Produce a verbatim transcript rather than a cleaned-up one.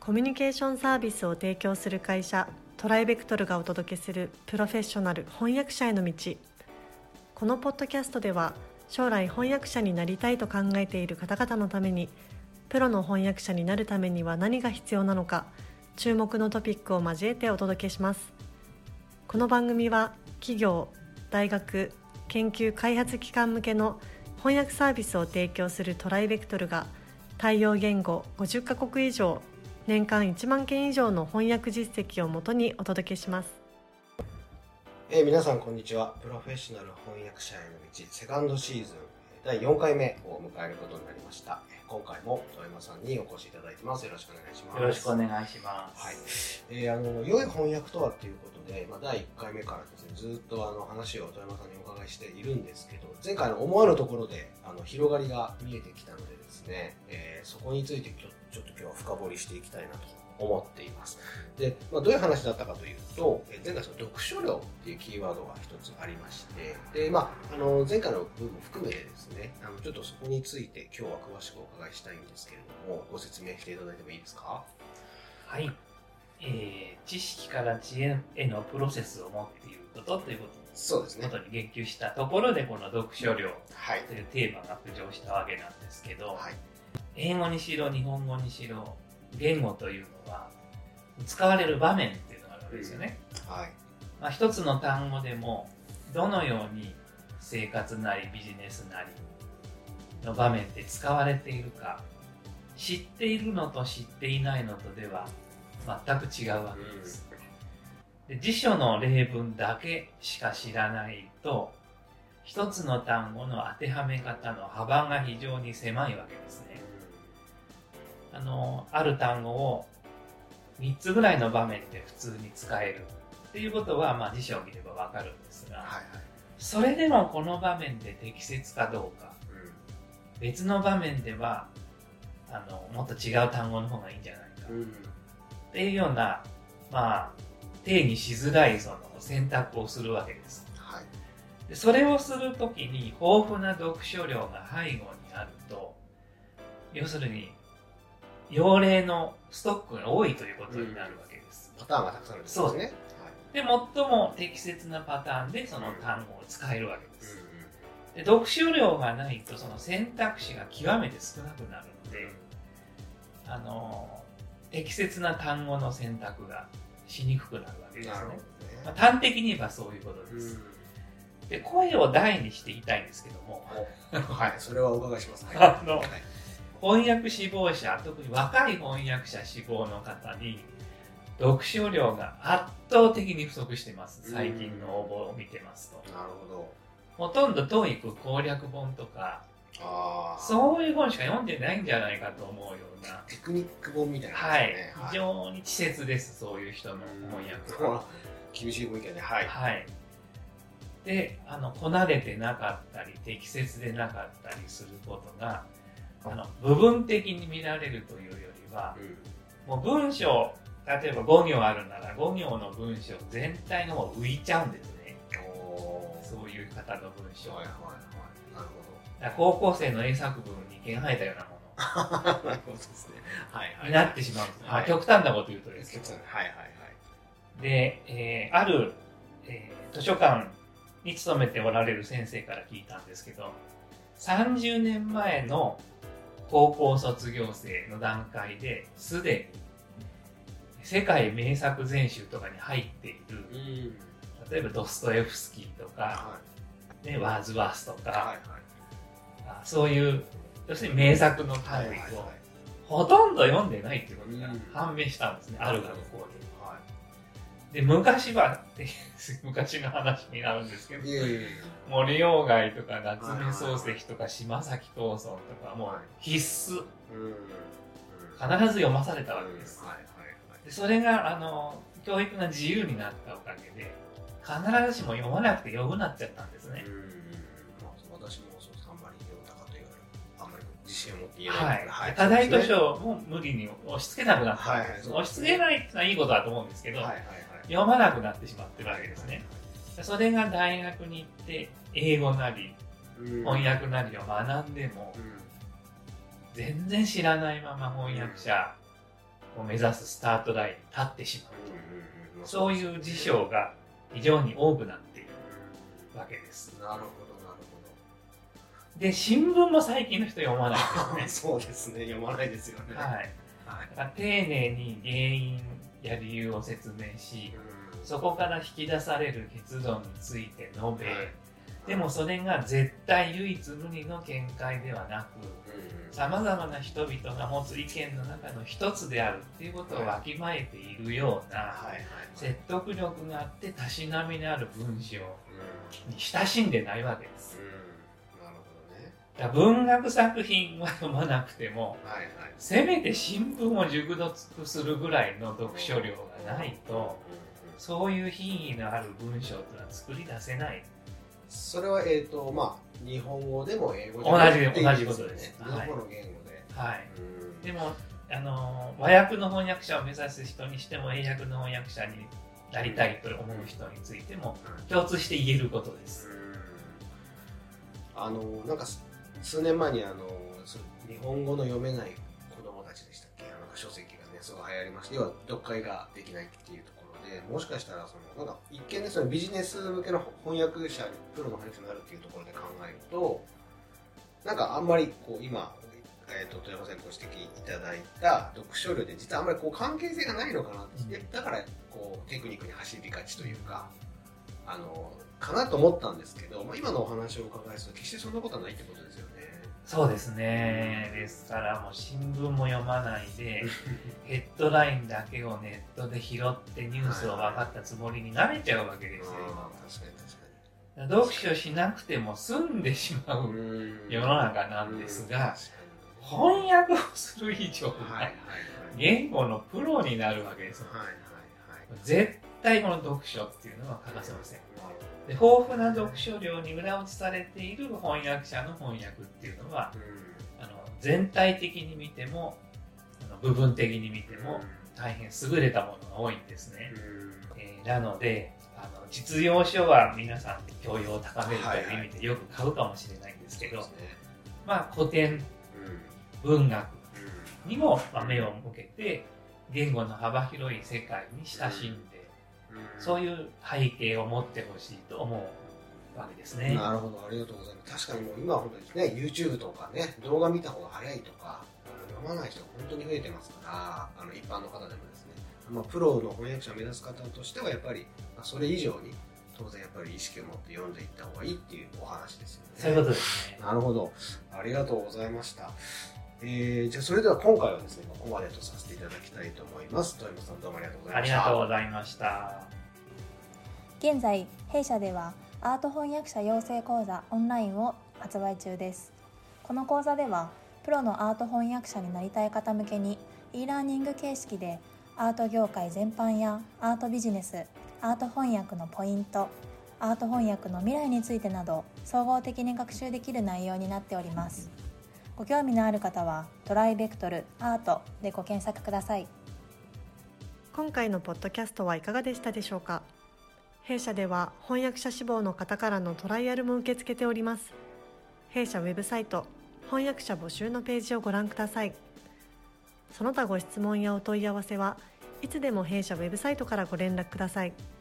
コミュニケーションサービスを提供する会社トライベクトルがお届けするプロフェッショナル翻訳者への道。このポッドキャストでは将来翻訳者になりたいと考えている方々のために、プロの翻訳者になるためには何が必要なのか、注目のトピックを交えてお届けします。この番組は企業、大学、研究開発機関向けの翻訳サービスを提供するトライベクトルが対応言語ごじゅっカ国以上、年間いちまんけん以上の翻訳実績をもとにお届けします。 えー、皆さんこんにちは。プロフェッショナル翻訳者への道セカンドシーズンだいよんかいめを迎えることになりました。今回も遠山さんにお越しいただいてます。よろしくお願いします。 よろしくお願いします。 はい。えー、あの良い翻訳とはということで、まあ、だいいっかいめからですね、ずっとあの話を遠山さんにお伺いしているんですけど、前回の思わぬところであの広がりが見えてきたのでですね、えー、そこについてちょちょっと今日は深掘りしていきたいなと思っています。で、まあ、どういう話だったかというと、前回その読書量っていうキーワードが一つありまして、で、まあ、あの前回の部分も含めてですね、あのちょっとそこについて今日は詳しくお伺いしたいんですけれども、ご説明していただいてもいいですか？ はい。えー、知識から知恵へのプロセスを持っていることということそうですね。 ことに言及したところで、この読書量はい。 というテーマが浮上したわけなんですけど、 はい。 英語にしろ日本語にしろ言語というのは使われる場面っていうのがあるわけですよね。 うん、はい。 まあ、一つの単語でもどのように生活なりビジネスなりの場面で使われているか、知っているのと知っていないのとでは全く違うわけです。うん、で、辞書の例文だけしか知らないと、一つの単語の当てはめ方の幅が非常に狭いわけですね。あの、ある単語をみっつぐらいの場面で普通に使えるっていうことは、まあ、辞書を見ればわかるんですが、はいはい、それでもこの場面で適切かどうか、うん、別の場面ではあのもっと違う単語の方がいいんじゃないか、うん、っていうような、まあ、定義しづらいその選択をするわけです。はい、でそれをするときに豊富な読書量が背後にあると、要するに用例のストックが多いということになるわけです。 うん、パターンがたくさんあるんですね。そうですね。 で、最も適切なパターンでその単語を使えるわけです。で、読書量がないとその選択肢が極めて少なくなるので、あの、適切な単語の選択がしにくくなるわけですね。ね、まあ、端的に言えばそういうことです。で、声を大にして言いたいんですけども。 はい、それはお伺いしますね。 あの、はい、翻訳志望者、特に若い翻訳者志望の方に、読書量が圧倒的に不足しています。最近の応募を見てますと。 なるほど。 ほとんど トーイック 攻略本とか、あそういう本しか読んでないんじゃないかと思うような。 テクニック本みたいな、ね。 はい。非常に稚拙です、そういう人の翻訳は。 厳しい分野で、はい。 はい。で、あの、こなれてなかったり、適切でなかったりすることが、あの、部分的に見られるというよりは、うん、もう文章、例えばご行あるならご行の文章全体の方浮いちゃうんですね。そういう方の文章。はいはいはい。なるほど。だ高校生の英作文に毛が生えたようなもの。なるほどですね。はいはい。になってしまうんです。はい、まあ、極端なこと言うとですけど。はいはいはい。で、えー、ある、えー、図書館に勤めておられる先生から聞いたんですけど、さんじゅうねんまえの高校卒業生の段階ですでに世界名作全集とかに入っている、うん、例えばドストエフスキーとか、はい、ね、ワーズワースとか、はいはい、そういう要するに名作の単位をほとんど読んでないっていうことが判明したんですね、うん、ある学校で。はい、で昔はって昔の話になるんですけど、森鴎外とか夏目漱石とか島崎藤村とかもう必須、必ず読まされたわけです。はい、でそれがあの教育が自由になったおかげで必ずしも読まなくてよくなっちゃったんですね。うん、 まあ、私もそうあんまり読んだかと言われるあんまり自信を持って言えないから、 はい、課題図書も無理に押し付けなくなったんです。はいはい、押し付けないっていうのはいいことだと思うんですけど、はいはいはい、読まなくなってしまってるわけですね。それが大学に行って英語なり翻訳なりを学んでも、うん、全然知らないまま翻訳者を目指すスタートラインに立ってしまうと、そういう事象が非常に多くなっているわけです。 なるほどなるほど。で、新聞も最近の人読まないですね。そうですね、読まないですよね。 はい。はい、だから丁寧に原因や理由を説明し、うん、そこから引き出される結論について述べ、はい、でもそれが絶対唯一無二の見解ではなく、さまざまな人々が持つ意見の中の一つであるっていうことをわきまえているような、説得力があってたしなみのある文章に親しんでないわけです。 うん、なるほどね。 だから文学作品は読まなくても、はいはい、せめて新聞を熟読するぐらいの読書量がないと、そういう品位のある文章というのは作り出せない。 それは、えっと、まあ、日本語でも英語でも同じ、同じことです。 両方の言語で。 はい。でも、あの、和訳の翻訳者を目指す人にしても、英訳の翻訳者になりたいと思う人についても、共通して言えることです。 あの、なんか、数年前に、あの、日本語の読めない子供たちでしたっけ、あの書籍がね、すごい流行りまして、要は、読解ができないっていうところで、もしかしたら、その、なんか、一見ね、そのビジネス向けの翻訳者、プロの翻訳者になるっていうところで考えると、なんかあんまりこう今、えー、と豊山さんにご指摘いただいた読書量で実はあんまりこう関係性がないのかなって、うん、だからこうテクニックに走りがちというか、あのかなと思ったんですけど、まあ、今のお話をお伺いすると決してそんなことはないってことですよね。 そうですね。ですからもう新聞も読まないでヘッドラインだけをネットで拾ってニュースを分かったつもりになれちゃうわけですよ。 確かに確かに。 読書しなくても済んでしまう世の中なんですが、翻訳をする以上は言語のプロになるわけです。絶対この読書っていうのは欠かせません。で、豊富な読書量に裏打ちされている翻訳者の翻訳っていうのは、あの全体的に見てもあの部分的に見ても大変優れたものが多いんですね。えー、なのであの実用書は皆さん教養を高めるという意味でよく買うかもしれないんですけど、はいはい、まあ古典、うん、文学にも目を向けて言語の幅広い世界に親しんで、うん、そういう背景を持ってほしいと思うわけですね。 なるほど、ありがとうございます。確かにもう今は本当にね、YouTube とかね、動画見た方が早いとか、読まない人が本当に増えてますから、あの一般の方でもですね、まあ、プロの翻訳者を目指す方としてはやっぱり、まあ、それ以上に当然やっぱり意識を持って読んでいった方がいいっていうお話ですよね。 そういうことですね。 なるほど、ありがとうございました。えー、じゃあそれでは今回はですね、ここまでとさせていただきたいと思います。豊山さん、どうもありがとうございました。 ありがとうございました。 現在弊社ではアート翻訳者養成講座オンラインを発売中です。この講座ではプロのアート翻訳者になりたい方向けに e ラーニング形式でアート業界全般やアートビジネス、アート翻訳のポイント、アート翻訳の未来についてなど総合的に学習できる内容になっております。ご興味のある方はトライベクトルアートでご検索ください。 今回のポッドキャストはいかがでしたでしょうか。弊社では翻訳者志望の方からのトライアルも受け付けております。弊社ウェブサイト翻訳者募集のページをご覧ください。その他ご質問やお問い合わせはいつでも弊社ウェブサイトからご連絡ください。